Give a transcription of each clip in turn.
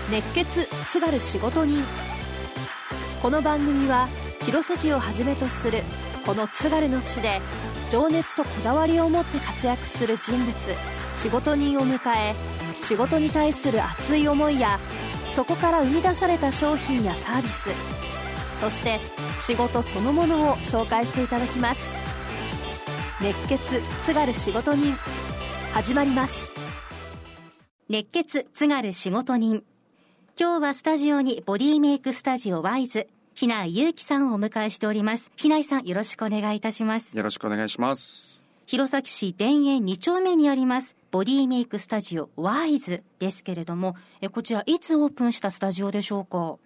熱血津軽仕事人。この番組は弘前をはじめとするこの津軽の地で情熱とこだわりを持って活躍する人物、仕事人を迎え、仕事に対する熱い思いやそこから生み出された商品やサービス、そして仕事そのものを紹介していただきます。熱血津軽仕事人、始まります。 熱血津軽仕事人。今日はスタジオにボディメイクスタジオワイズ比内優樹さんをお迎えしております。比内さん、よろしくお願いいたします。 よろしくお願いします。 弘前市田園2丁目にありますボディメイクスタジオワイズですけれども、こちらいつオープンしたスタジオでしょうか。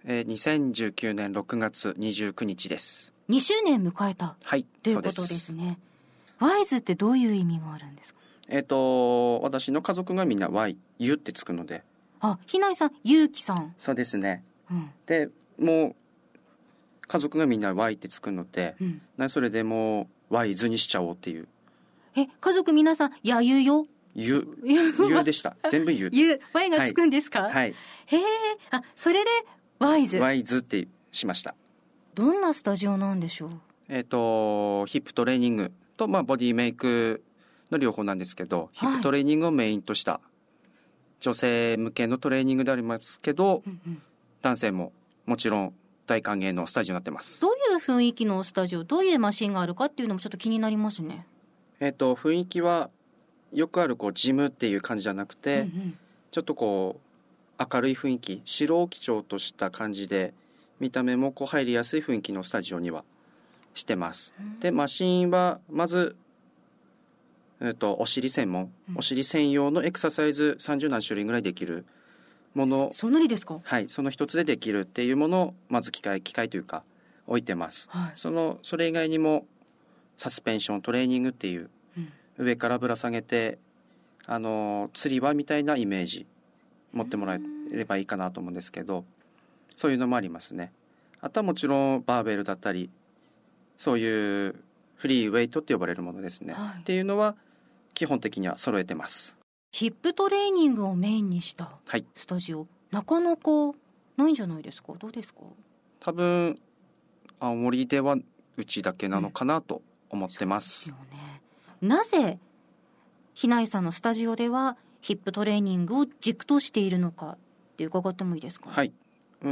2019年6月29日です。 2周年迎えた、 はい、 ということですね。ワイズってどういう意味があるんですか。 私の家族がみんな Y、ゆってつくので。 比内さん、優樹さん。 そうですね、でもう家族がみんな Y ってつくので、それでもう Y 図にしちゃおうっていう。 家族皆さんやゆよゆでした全部ゆ Y がつくんですか。 はい、 へえ。それでワイズってしました。 どんなスタジオなんでしょう。 ヒップトレーニングと、ボディメイクの両方なんですけど、ヒップトレーニングをメインとした女性向けのトレーニングでありますけど、男性ももちろん大歓迎のスタジオになってます。 どういう雰囲気のスタジオ、どういうマシンがあるかっていうのもちょっと気になりますね。 雰囲気はよくあるジムっていう感じじゃなくて、ちょっと明るい雰囲気、白を基調とした感じで、見た目も入りやすい雰囲気のスタジオにはしてます。でマシンはまずお尻専門、お尻専用のエクササイズ30何種類ぐらいできるもの。 そんなにですか。 はい、その一つでできるっていうものをまず機械というか置いてます。それ以外にもサスペンショントレーニングっていう、上からぶら下げて釣り輪みたいなイメージ持ってもらえればいいかなと思うんですけど、そういうのもありますね。あとはもちろんバーベルだったり、そういうフリーウェイトって呼ばれるものですね、っていうのは基本的には揃えてます。 ヒップトレーニングをメインにしたスタジオ、なかなかないんじゃないですか。どうですか。 多分青森ではうちだけなのかなと思ってます。 そうですよね。なぜ比内さんのスタジオではヒップトレーニングを軸としているのかって伺ってもいいですか。 はい、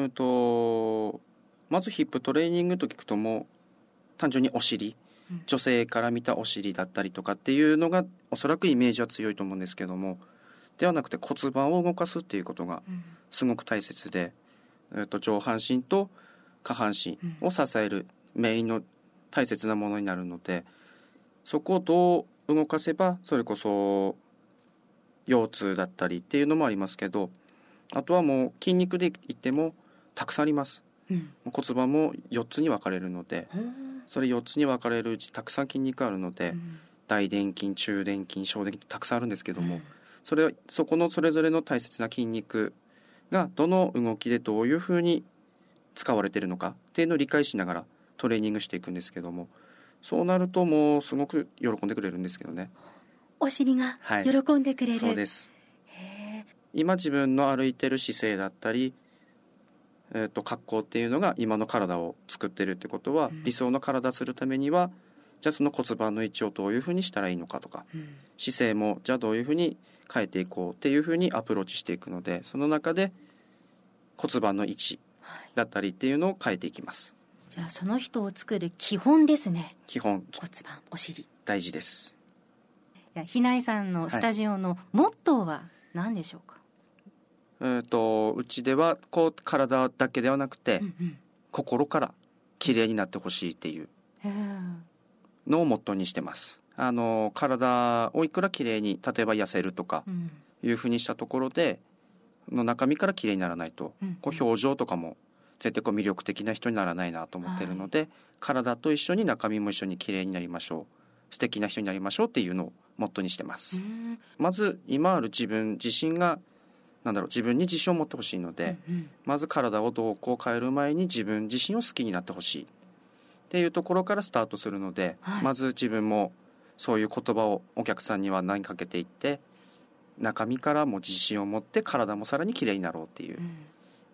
まずヒップトレーニングと聞くともう単純にお尻、女性から見たお尻だったりとかっていうのがおそらくイメージは強いと思うんですけども、ではなくて骨盤を動かすっていうことがすごく大切で、上半身と下半身を支えるメインの大切なものになるので、そこをどう動かせばそれこそ腰痛だったりっていうのもありますけど、あとはもう筋肉で言ってもたくさんあります、骨盤も4つに分かれるので、それ4つに分かれるうちたくさん筋肉あるので、大臀筋、中臀筋、小臀筋たくさんあるんですけども、そこのそれぞれの大切な筋肉がどの動きでどういうふうに使われているのかっていうのを理解しながらトレーニングしていくんですけども、そうなるともうすごく喜んでくれるんですけどね。 お尻が喜んでくれる、 そうです。今自分の歩いてる姿勢だったり、格好っていうのが今の体を作ってるってことは、理想の体するためにはじゃあその骨盤の位置をどういうふうにしたらいいのかとか、姿勢もじゃあどういうふうに変えていこうっていうふうにアプローチしていくので、その中で骨盤の位置だったりっていうのを変えていきます。 じゃあその人を作る基本ですね。 基本、 骨盤、お尻大事です。 比内さんのスタジオのモットーは何でしょうか。 うちでは体だけではなくて、心から綺麗になってほしいっていうのをモットーにしてます。体をいくら綺麗に、例えば痩せるとかいうふうにしたところで、の中身から綺麗にならないと、表情とかも絶対魅力的な人にならないなと思っているので、体と一緒に中身も一緒に綺麗になりましょう、素敵な人になりましょうっていうのをモットーにしてます。まず今ある自分自身が自分に自信を持ってほしいので、まず体をどうこう変える前に自分自身を好きになってほしいっていうところからスタートするので、まず自分もそういう言葉をお客さんには投げかけていって、中身からも自信を持って体もさらに綺麗になろうっていう、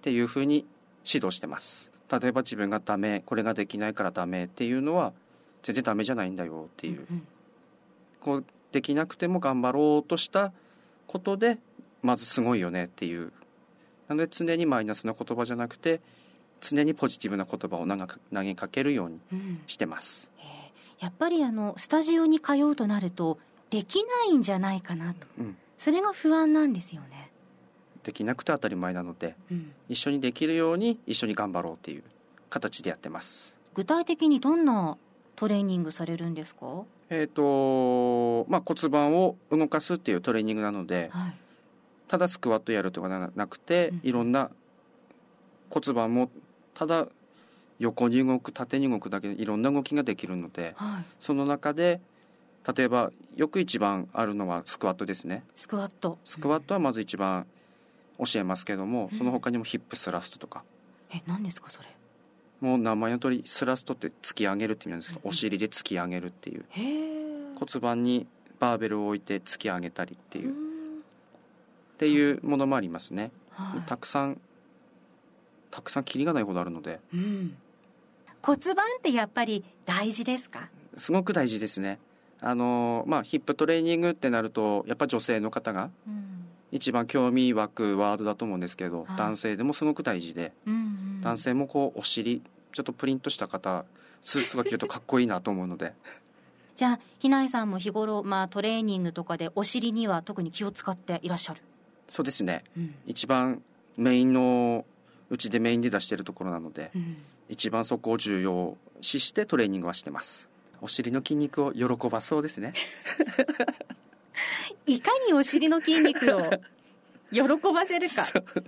っていうふうに指導してます。例えば自分がダメ、これができないからダメっていうのは全然ダメじゃないんだよっていう、こうできなくても頑張ろうとしたことでまずすごいよねっていう。なので常にマイナスな言葉じゃなくて常にポジティブな言葉を投げかけるようにしてます、 やっぱりスタジオに通うとなるとできないんじゃないかなと、それが不安なんですよね。 できなくて当たり前なので、一緒にできるように一緒に頑張ろうっていう形でやってます。 具体的にどんなトレーニングされるんですか？ 骨盤を動かすっていうトレーニングなので、ただスクワットやるとかなくて、いろんな骨盤もただ横に動く縦に動くだけでいろんな動きができるので、その中で例えばよく一番あるのはスクワットですね。 スクワットはまず一番教えますけども、その他にもヒップスラストとか。 何ですかそれ？ もう名前の通りスラストって突き上げるって意味なんですけど、お尻で突き上げるっていう、骨盤にバーベルを置いて突き上げたりっていうものもありますね、たくさんキリがないほどあるので、 骨盤ってやっぱり大事ですか？ すごく大事ですね。ヒップトレーニングってなるとやっぱ女性の方が一番興味湧くワードだと思うんですけど、男性でもすごく大事で、男性もこうお尻ちょっとプリンとした方スーツが着るとかっこいいなと思うのでじゃあひなえさんも日頃、トレーニングとかでお尻には特に気を使っていらっしゃる？ そうですね、一番メインのうちでメインで出しているところなので、一番そこを重要視してトレーニングはしてます。お尻の筋肉を喜ばそうですねいかにお尻の筋肉を喜ばせるか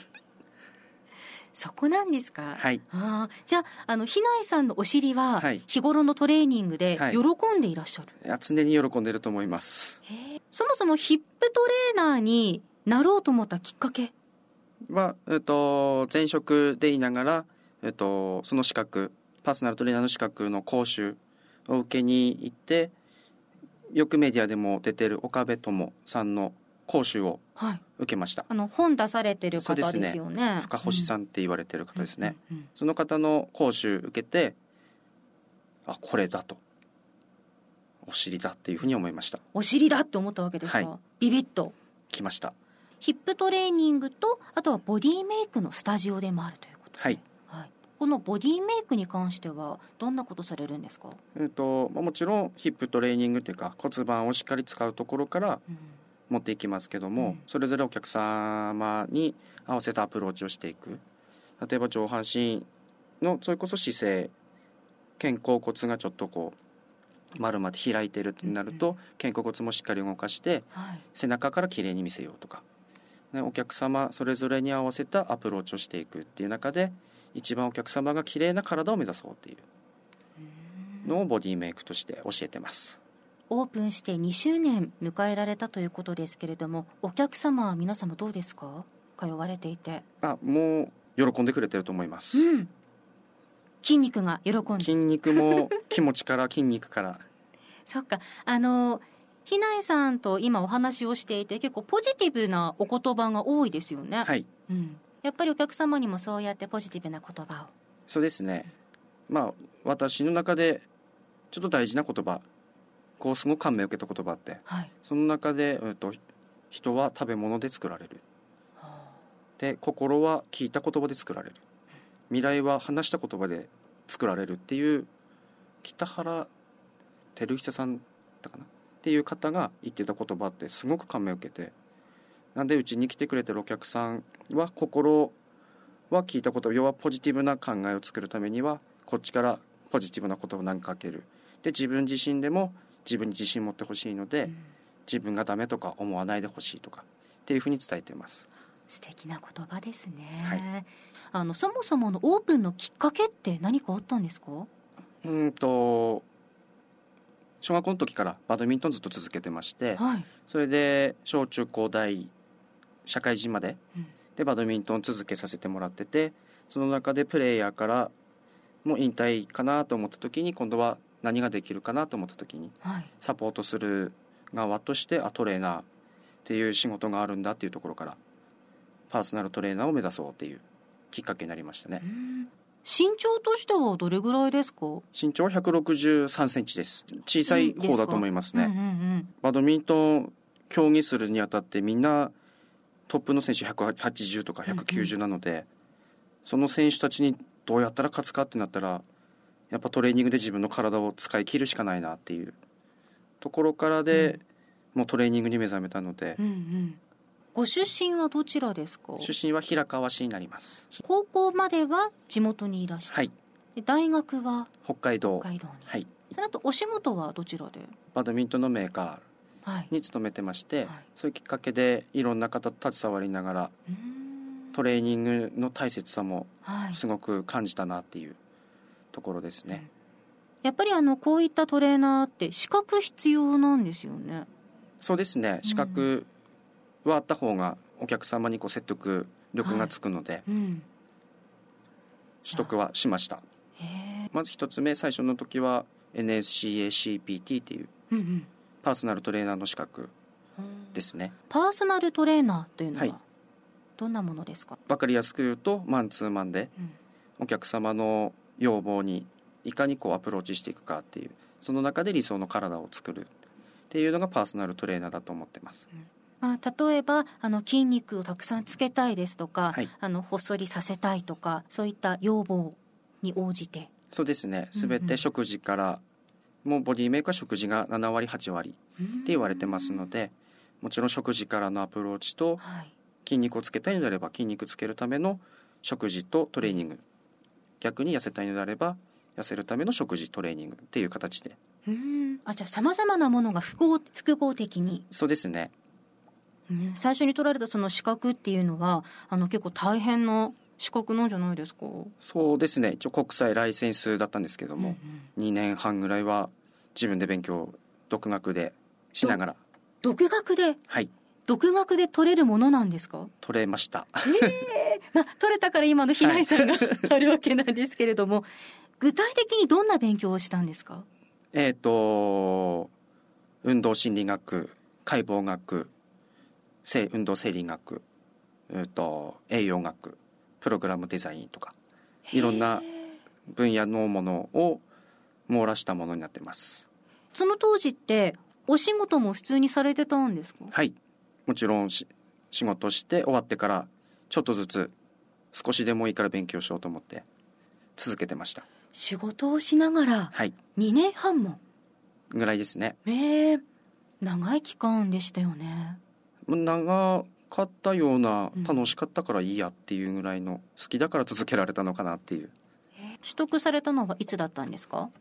そこなんですか？じゃあひなえさんのお尻は日頃のトレーニングで喜んでいらっしゃる？ いや、常に喜んでいると思います。 そもそもヒップトレーナーになろうと思ったきっかけは、前職でいながら、その資格パーソナルトレーナーの資格の講習を受けに行って、よくメディアでも出てる岡部友さんの講習を受けました、 本出されてる方ですよね。 深星さんって言われてる方ですね、その方の講習受けて、これだと、お尻だっていうふうに思いました。 お尻だって思ったわけですか？ビビッときました。 ヒップトレーニングとあとはボディメイクのスタジオでもあるということで、このボディメイクに関してはどんなことされるんですか？ もちろんヒップトレーニングというか骨盤をしっかり使うところから持っていきますけども、それぞれお客様に合わせたアプローチをしていく。例えば上半身のそれこそ姿勢、肩甲骨がちょっとこう丸まって開いているとなると、肩甲骨もしっかり動かして、背中からきれいに見せようとか、お客様それぞれに合わせたアプローチをしていくっていう中で、一番お客様がきれいな体を目指そうっていうのをボディメイクとして教えてます。 オープンして2周年迎えられたということですけれども、お客様は皆様どうですか？通われていて。 もう喜んでくれてると思います、 筋肉が喜んで、 筋肉も気持ちから筋肉からそっか、ひなえさんと今お話をしていて結構ポジティブなお言葉が多いですよね。やっぱりお客様にもそうやってポジティブな言葉を。 そうですね、私の中でちょっと大事な言葉、こうすごく感銘を受けた言葉あって、その中で、人は食べ物で作られる、で心は聞いた言葉で作られる、未来は話した言葉で作られるっていう、北原照久さんだかなっていう方が言ってた言葉ってすごく感銘を受けて、なんでうちに来てくれてるお客さんは心は聞いたこと、要はポジティブな考えを作るためにはこっちからポジティブなことを投げかける。で自分自身でも自分に自信持ってほしいので、自分がダメとか思わないでほしいとかっていうふうに伝えています。 素敵な言葉ですね、そもそものオープンのきっかけって何かあったんですか？ 小学校の時からバドミントンずっと続けてまして、それで小中高大社会人まで、でバドミントン続けさせてもらってて、その中でプレイヤーからもう引退かなと思った時に、今度は何ができるかなと思った時に、サポートする側としてトレーナーっていう仕事があるんだっていうところからパーソナルトレーナーを目指そうっていうきっかけになりましたね。 身長としてはどれぐらいですか？ 身長は163センチです。小さい方だと思いますね。バドミントン競技するにあたってみんなトップの選手180とか190なので、その選手たちにどうやったら勝つかってなったら、やっぱトレーニングで自分の体を使い切るしかないなっていうところからで、もうトレーニングに目覚めたので。 ご出身はどちらですか？ 出身は平川市になります。 高校までは地元にいらして、 はい、 で大学は北海道に、 はい、 その後お仕事はどちらで？ バドミントンのメーカーに勤めてまして、そういうきっかけでいろんな方と携わりながら、トレーニングの大切さもすごく感じたなっていうところですね。 やっぱりこういったトレーナーって資格必要なんですよね？ そうですね、資格はあった方がお客様に説得力がつくので、取得はしました。まず一つ目、最初の時は NSCA-CPT っていう、パーソナルトレーナーの資格ですね。 パーソナルトレーナーというのはどんなものですか？ 分かりやすく言うと、マンツーマンでお客様の要望にいかにアプローチしていくかっていう、その中で理想の体を作るっていうのがパーソナルトレーナーだと思ってます。 例えば筋肉をたくさんつけたいですとか、細りさせたいとか、そういった要望に応じて。 そうですね、すべて食事から、もうボディメイクは食事が7割8割って言われてますので、もちろん食事からのアプローチと、筋肉をつけたいのであれば筋肉つけるための食事とトレーニング、逆に痩せたいのであれば痩せるための食事トレーニングっていう形で。 じゃあさまざまなものが複合的に。 そうですね。 最初に取られたその資格っていうのは結構大変な資格なんじゃないですか？ そうですね、一応国際ライセンスだったんですけども、2年半ぐらいは自分で勉強独学でしながら。 独学で？ はい。 独学で取れるものなんですか？ 取れました。 取れたから今の比内さんがあるわけなんですけれども、具体的にどんな勉強をしたんですか？ 運動心理学、解剖学、運動生理学、栄養学、プログラムデザインとか、いろんな分野のものを網羅したものになってます。 その当時ってお仕事も普通にされてたんですか？ はい、もちろん仕事して終わってからちょっとずつ少しでもいいから勉強しようと思って続けてました。 仕事をしながら2年半もぐらいですね。 長い期間でしたよね。 長かったような、楽しかったからいいやっていうぐらいの、好きだから続けられたのかなっていう。 取得されたのはいつだったんですか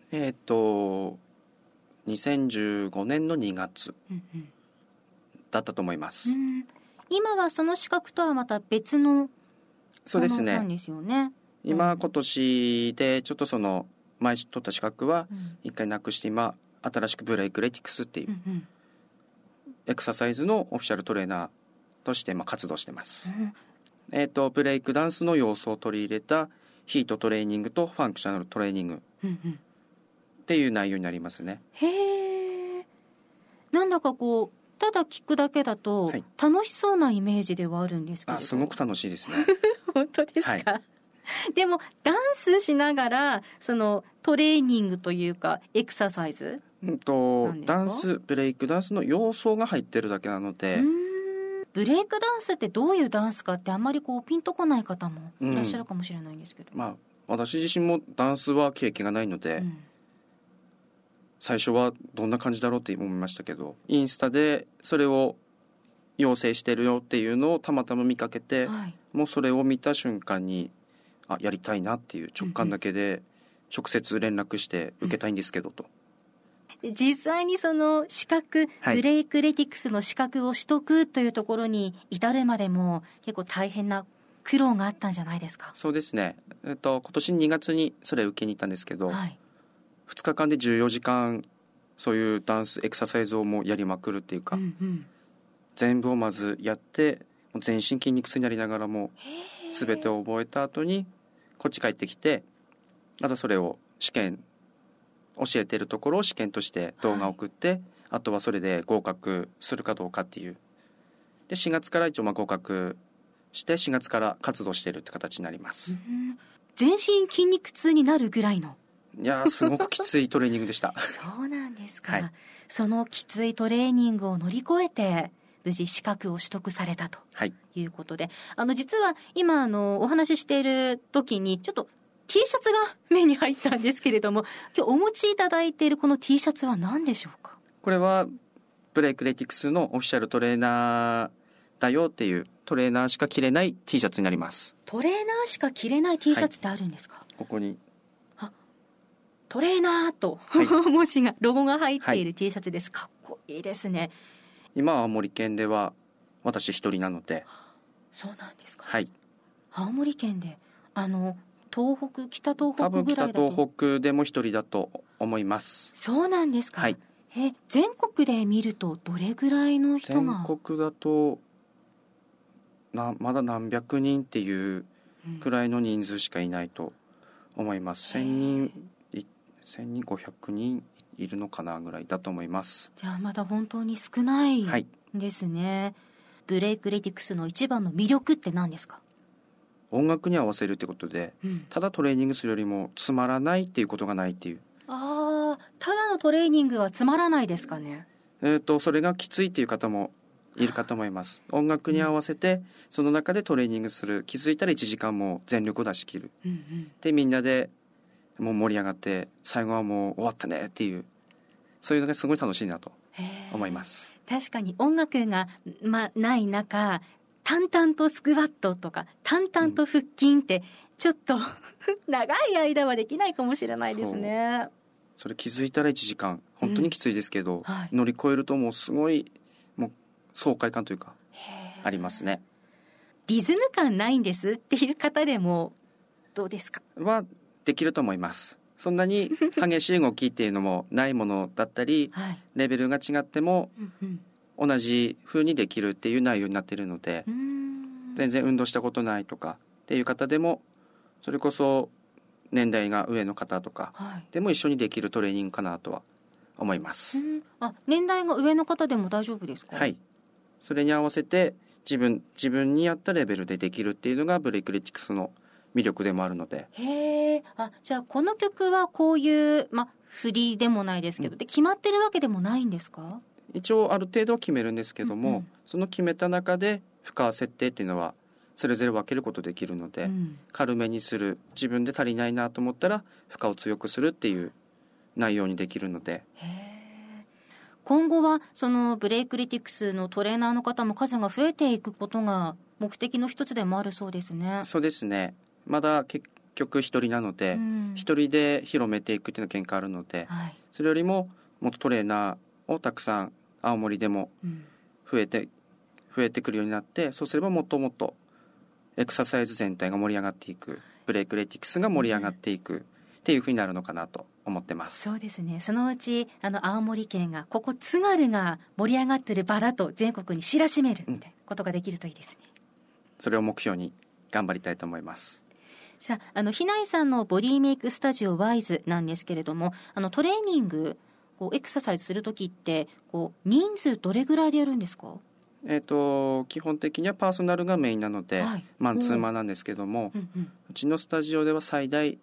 ？2015年の2月だったと思います。 今はその資格とはまた別のものなんですよね。 今年でちょっとその前取った資格は一回なくして、今新しくブレイクレティクスっていうエクササイズのオフィシャルトレーナーとして活動してます。ブレイクダンスの要素を取り入れたヒートトレーニングとファンクショナルトレーニングっていう内容になりますね。 なんだかただ聞くだけだと楽しそうなイメージではあるんですけど。 すごく楽しいですね。 本当ですか？でもダンスしながらそのトレーニングというかエクササイズダンス、ブレイクダンスの要素が入ってるだけなので。 ブレイクダンスってどういうダンスかってあんまりピンとこない方もいらっしゃるかもしれないんですけど、 私自身もダンスは経験がないので、最初はどんな感じだろうって思いましたけど、インスタでそれを要請してるよっていうのをたまたま見かけて、もうそれを見た瞬間にやりたいなっていう直感だけで直接連絡して受けたいんですけどと。 実際にその資格、ブレイクレティクスの資格を取得というところに至るまでも結構大変な苦労があったんじゃないですか？ そうですね、今年2月にそれを受けに行ったんですけど、2日間で14時間そういうダンスエクササイズをもうやりまくるっていうか、全部をまずやって全身筋肉痛になりながらも全てを覚えた後にこっち帰ってきて、あとそれを試験教えてるところを試験として動画を送って、あとはそれで合格するかどうかっていうで、4月から一応合格して4月から活動しているって形になります。 全身筋肉痛になるぐらいの。 いやすごくきついトレーニングでしたそうなんですか、 はい、 そのきついトレーニングを乗り越えて無事資格を取得されたということで、実は今お話ししている時にちょっと T シャツが目に入ったんですけれども、今日お持ちいただいているこの T シャツは何でしょうか？ これはブレイクレティクスのオフィシャルトレーナーだよっていう、トレーナーしか着れない T シャツになります。 トレーナーしか着れない T シャツってあるんですか？ ここにトレーナーと、はい、文字がロゴが入っている T シャツです、かっこいいですね。 今青森県では私一人なので。 そうなんですか。 はい、 青森県で東北、北東北多分ぐらいだと。 北東北でも一人だと思います。 そうなんですか、 はい、 全国で見るとどれぐらいの人が？ 全国だとまだ何百人っていうくらいの人数しかいないと思います、1500人いるのかなぐらいだと思います。 じゃあまだ本当に少ないですね、はい、ブレイクレティクスの一番の魅力って何ですか？ 音楽に合わせるってことで、ただトレーニングするよりもつまらないっていうことがないっていう。 ただのトレーニングはつまらないですかね？ それがきついっていう方もいるかと思います。音楽に合わせてその中でトレーニングする、気づいたら1時間も全力を出し切る、でみんなでもう盛り上がって最後はもう終わったねっていう、そういうのがすごい楽しいなと思います。 確かに音楽が、ない中、淡々とスクワットとか淡々と腹筋ってちょっと長い間はできないかもしれないですね。 それ気づいたら1時間本当にきついですけど、乗り越えるともうすごいもう爽快感というかありますね。 リズム感ないんですっていう方でもどうですか？ はできると思います。そんなに激しい動きっていうのもないものだったり、レベルが違っても同じ風にできるっていう内容になっているので、全然運動したことないとかっていう方でも、それこそ年代が上の方とかでも一緒にできるトレーニングかなとは思います。 年代が上の方でも大丈夫ですか？はい、 それに合わせて自分に合ったレベルでできるっていうのがブレイクレティクスの魅力でもあるので。 じゃあこの曲はこういう、振りでもないですけど、で決まってるわけでもないんですか？ 一応ある程度は決めるんですけども、その決めた中で負荷設定っていうのはそれぞれ分けることできるので、軽めにする、自分で足りないなと思ったら負荷を強くするっていう内容にできるので。 今後はそのブレイクレティクスのトレーナーの方も数が増えていくことが目的の一つでもあるそうですね。 そうですね、まだ結局一人なので、一人で広めていくっていうのが喧嘩あるので、それよりももっとトレーナーをたくさん青森でも増えてくるようになって、そうすればもっともっとエクササイズ全体が盛り上がっていく、ブレイクレティクスが盛り上がっていくっていうふうになるのかなと思ってます。 そうですね、そのうち青森県がここ津軽が盛り上がっている場だと全国に知らしめるみたいなことができるといいですね。 それを目標に頑張りたいと思います。 さあ、ひないさんのボディメイクスタジオワイズなんですけれども、トレーニングエクササイズするときって人数どれぐらいでやるんですか？ 基本的にはパーソナルがメインなので、マンツーマンなんですけども、うちのスタジオでは最大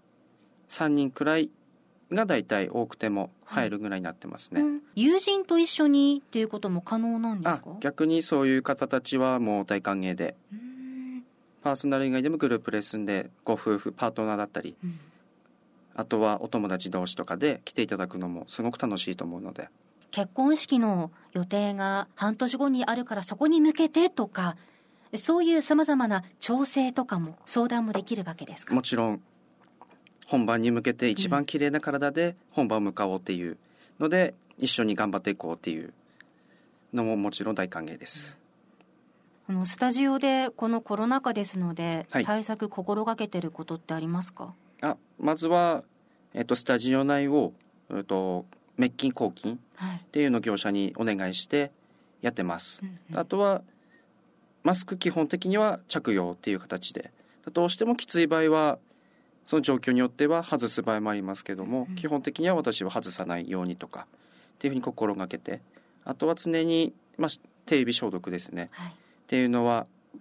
3人くらいがだいたい多くても入るぐらいになってますね。 友人と一緒にっていうことも可能なんですか？ 逆にそういう方たちはもう大歓迎で、パーソナル以外でもグループレッスンでご夫婦パートナーだったり、あとはお友達同士とかで来ていただくのもすごく楽しいと思うので。 結婚式の予定が半年後にあるからそこに向けてとか、そういうさまざまな調整とかも相談もできるわけですか？ もちろん本番に向けて一番綺麗な体で本番を向かおうっていうので、一緒に頑張っていこうっていうのももちろん大歓迎です。 スタジオでこのコロナ禍ですので、対策心がけてることってありますか？ まずは、スタジオ内を、滅菌抗菌っていうのを業者にお願いしてやってます、あとはマスク基本的には着用っていう形で、どうしてもきつい場合はその状況によっては外す場合もありますけども、基本的には私は外さないようにとかっていうふうに心がけて、あとは常に、手指消毒ですね、っていうのは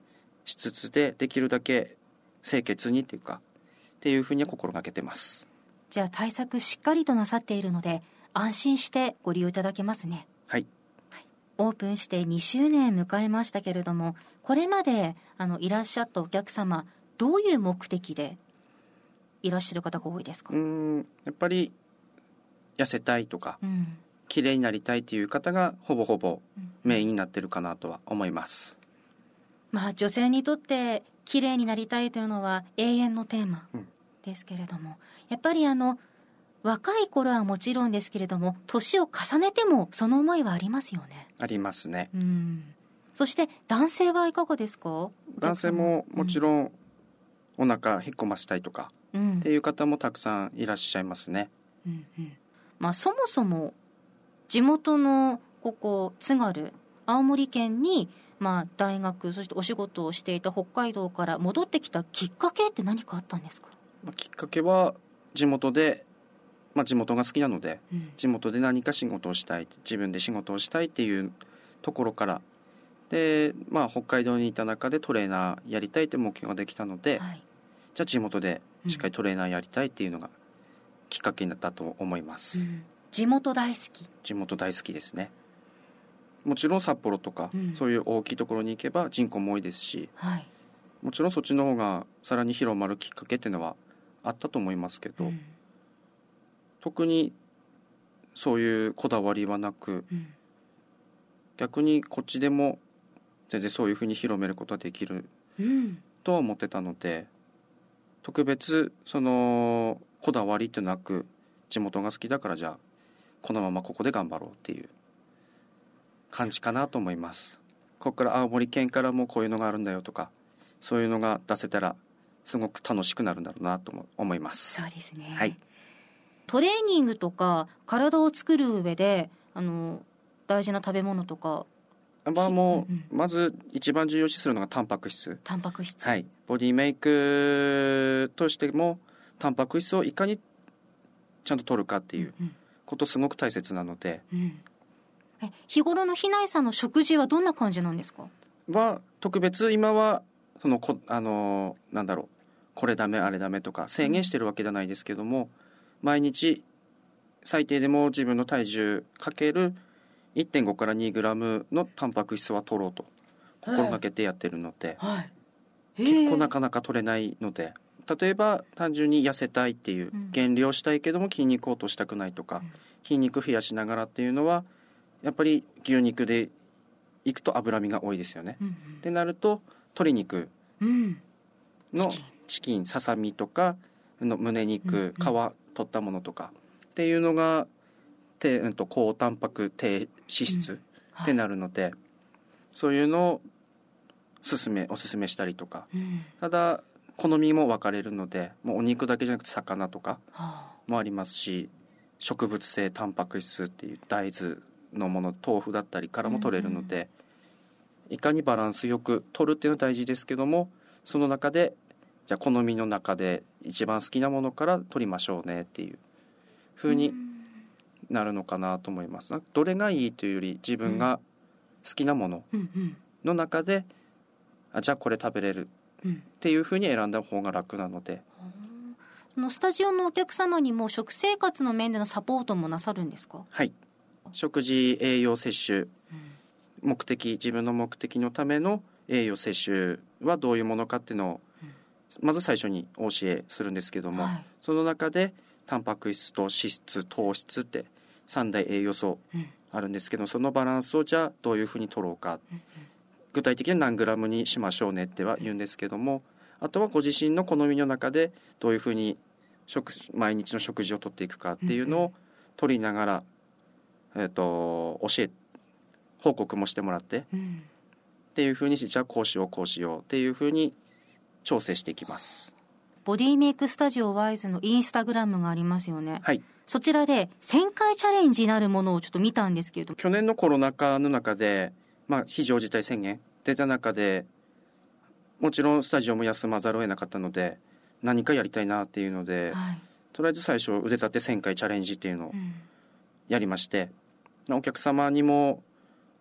しつつで、できるだけ清潔にっていうかっていうふうには心がけてます。 じゃあ対策しっかりとなさっているので安心してご利用いただけますね。 はい、 オープンして2周年迎えましたけれども、これまでいらっしゃったお客様、どういう目的でいらっしゃる方が多いですか？ やっぱり痩せたいとか、綺麗になりたいという方がほぼほぼメインになってるかなとは思います。 まあ、女性にとって綺麗になりたいというのは永遠のテーマですけれども、やっぱり若い頃はもちろんですけれども、年を重ねてもその思いはありますよね。 ありますね。 そして男性はいかがですか？ 男性ももちろんお腹引っ込ませたいとかっていう方もたくさんいらっしゃいますね。 まあ、そもそも地元のここ津軽、青森県に大学、そしてお仕事をしていた北海道から戻ってきたきっかけって何かあったんですか？ きっかけは地元で、地元が好きなので、地元で何か仕事をしたい、自分で仕事をしたいっていうところからで、北海道にいた中でトレーナーやりたいって目標ができたので、じゃあ地元でしっかりトレーナーやりたいっていうのがきっかけになったと思います。 地元大好き？ 地元大好きですね。もちろん札幌とか、そういう大きいところに行けば人口も多いですし、もちろんそっちの方がさらに広まるきっかけっていうのはあったと思いますけど、特にそういうこだわりはなく、逆にこっちでも全然そういうふうに広めることができるとは思ってたので、特別そのこだわりってなく、地元が好きだからじゃあこのままここで頑張ろうっていう感じかなと思います。ここから青森県からもこういうのがあるんだよとか、そういうのが出せたらすごく楽しくなるんだろうなと思います。 そうですね、 はい、 トレーニングとか体を作る上で大事な食べ物とかもうまず一番重要視するのがタンパク質、はい、ボディメイクとしてもタンパク質をいかにちゃんと取るかっていうことすごく大切なので、 日頃のひないさんの食事はどんな感じなんですか？ 特別今はそのなんだろう、これダメあれダメとか制限してるわけじゃないですけども、毎日最低でも自分の体重かける 1.5 から2グラムのタンパク質は取ろうと心がけてやってるので、結構なかなか取れないので、例えば単純に痩せたいっていう、減量したいけども筋肉を落としたくないとか、筋肉増やしながらっていうのはやっぱり牛肉でいくと脂身が多いですよね。ってなると鶏肉のチキン、ささみとかの胸肉、皮取ったものとかっていうのが高タンパク低脂質ってなるので、そういうのをおすすめしたりとか、ただ好みも分かれるので、もうお肉だけじゃなくて魚とかもありますし、植物性タンパク質っていう大豆のもの、豆腐だったりからも取れるので、いかにバランスよく取るっていうのは大事ですけども、その中でじゃあ好みの中で一番好きなものから取りましょうねっていう風になるのかなと思います。どれがいいというより、自分が好きなものの中で、じゃあこれ食べれるっていう風に選んだ方が楽なので。 スタジオのお客様にも食生活の面でのサポートもなさるんですか？ はい、食事栄養摂取、自分の目的のための栄養摂取はどういうものかっていうのをまず最初にお教えするんですけども、その中でタンパク質と脂質、糖質って3大栄養素あるんですけど、そのバランスをじゃあどういうふうに取ろうか、具体的に何グラムにしましょうねっては言うんですけども、あとはご自身の好みの中でどういうふうに毎日の食事をとっていくかっていうのを取りながら、報告もしてもらって、っていうふうにじゃあこうしようっていうふうに調整していきます。 ボディメイクスタジオワイズのインスタグラムがありますよね。 はい、 そちらで1000回チャレンジになるものをちょっと見たんですけれども、 去年のコロナ禍の中で、非常事態宣言出た中で、もちろんスタジオも休まざるを得なかったので、何かやりたいなっていうので、とりあえず最初腕立て1000回チャレンジっていうのをやりまして、お客様にも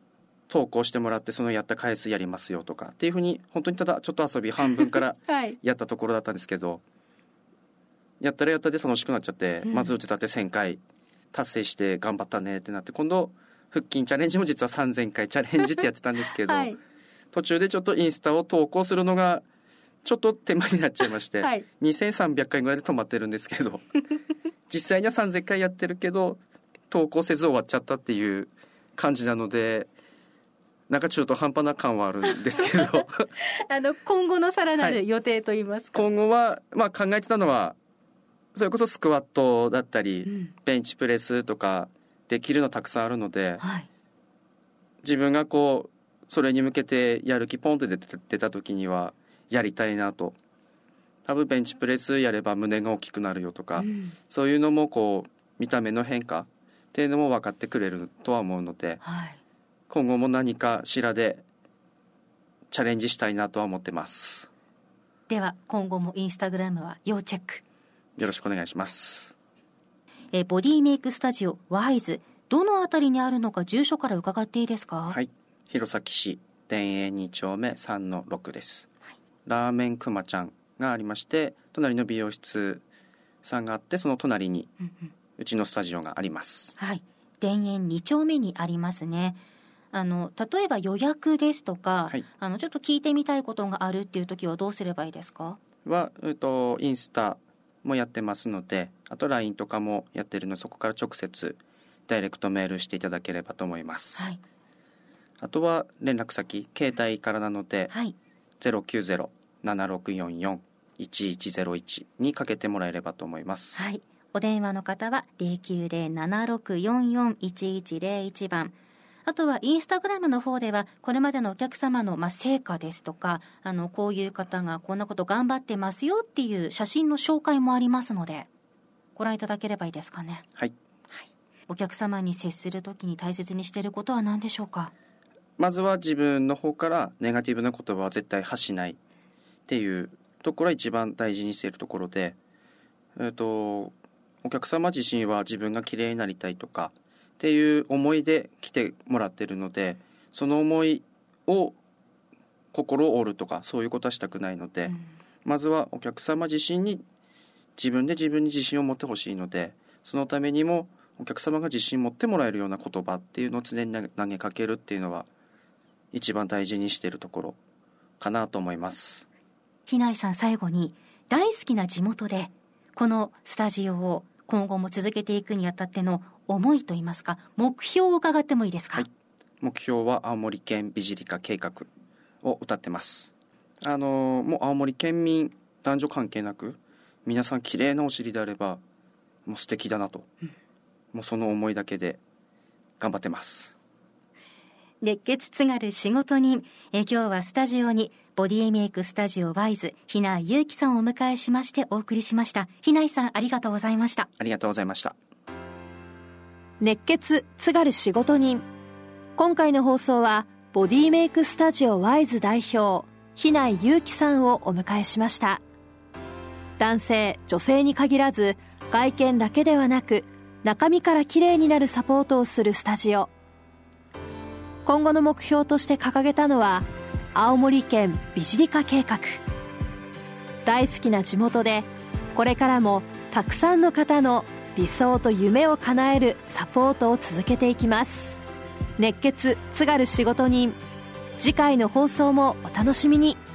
投稿してもらってそのやった回数やりますよとかっていうふうに本当にただちょっと遊び半分からやったところだったんですけど、やったらやったで楽しくなっちゃって、まず打ち立て1000回達成して頑張ったねってなって、今度腹筋チャレンジも実は3000回チャレンジってやってたんですけど、途中でちょっとインスタを投稿するのがちょっと手間になっちゃいまして、2300回ぐらいで止まってるんですけど実際には3000回やってるけど投稿せず終わっちゃったっていう感じなので、なんか中途半端な感はあるんですけど今後のさらなる予定といいますか、 今後は、考えてたのはそれこそスクワットだったり、ベンチプレスとかできるのたくさんあるので、自分がこうそれに向けてやる気ポンって出た時にはやりたいなと。多分ベンチプレスやれば胸が大きくなるよとか、そういうのもこう見た目の変化っていうのも分かってくれるとは思うので、今後も何かしらでチャレンジしたいなとは思ってます。 では今後もインスタグラムは要チェックよろしくお願いします。 ボディメイクスタジオワイズ、どのあたりにあるのか住所から伺っていいですか？ 弘前市田園2丁目 3-6 です、ラーメンくまちゃんがありまして、隣の美容室さんがあって、その隣にうちのスタジオがあります。 田園2丁目にありますね。例えば予約ですとか、ちょっと聞いてみたいことがあるっていう時はどうすればいいですか？ インスタもやってますので、あと LINE とかもやってるので、そこから直接ダイレクトメールしていただければと思います、あとは連絡先携帯からなので、090-7644-1101 にかけてもらえればと思います。 お電話の方は 090-7644-1101 番、あとはインスタグラムの方ではこれまでのお客様の成果ですとか、こういう方がこんなこと頑張ってますよっていう写真の紹介もありますので、ご覧いただければいいですかね。お客様に接するときに大切にしていることは何でしょうか？ まずは自分の方からネガティブな言葉は絶対発しないっていうところが一番大事にしているところで、お客様自身は自分が綺麗になりたいとかっていう思いで来てもらってるので、その思いを心を折るとかそういうことはしたくないので、まずはお客様自身に自分に自信を持ってほしいので、そのためにもお客様が自信持ってもらえるような言葉っていうのを常に投げかけるっていうのは一番大事にしているところかなと思います。 日内さん、最後に大好きな地元でこのスタジオを今後も続けていくにあたっての思いといいますか、目標を伺ってもいいですか？ 目標は青森県美尻化計画を歌ってます。もう青森県民男女関係なく皆さん綺麗なお尻であればもう素敵だなと、もうその思いだけで頑張ってます。 熱血津軽仕事人、今日はスタジオにボディメイクスタジオワイズ日内祐樹さんをお迎えしましてお送りしました。日内さん、ありがとうございました。 ありがとうございました。 熱血津軽仕事人、今回の放送はボディメイクスタジオワイズ代表日内祐樹さんをお迎えしました。男性女性に限らず外見だけではなく中身から綺麗になるサポートをするスタジオ。今後の目標として掲げたのは青森県美尻化計画。大好きな地元でこれからもたくさんの方の理想と夢を叶えるサポートを続けていきます。熱血津軽仕事人、次回の放送もお楽しみに。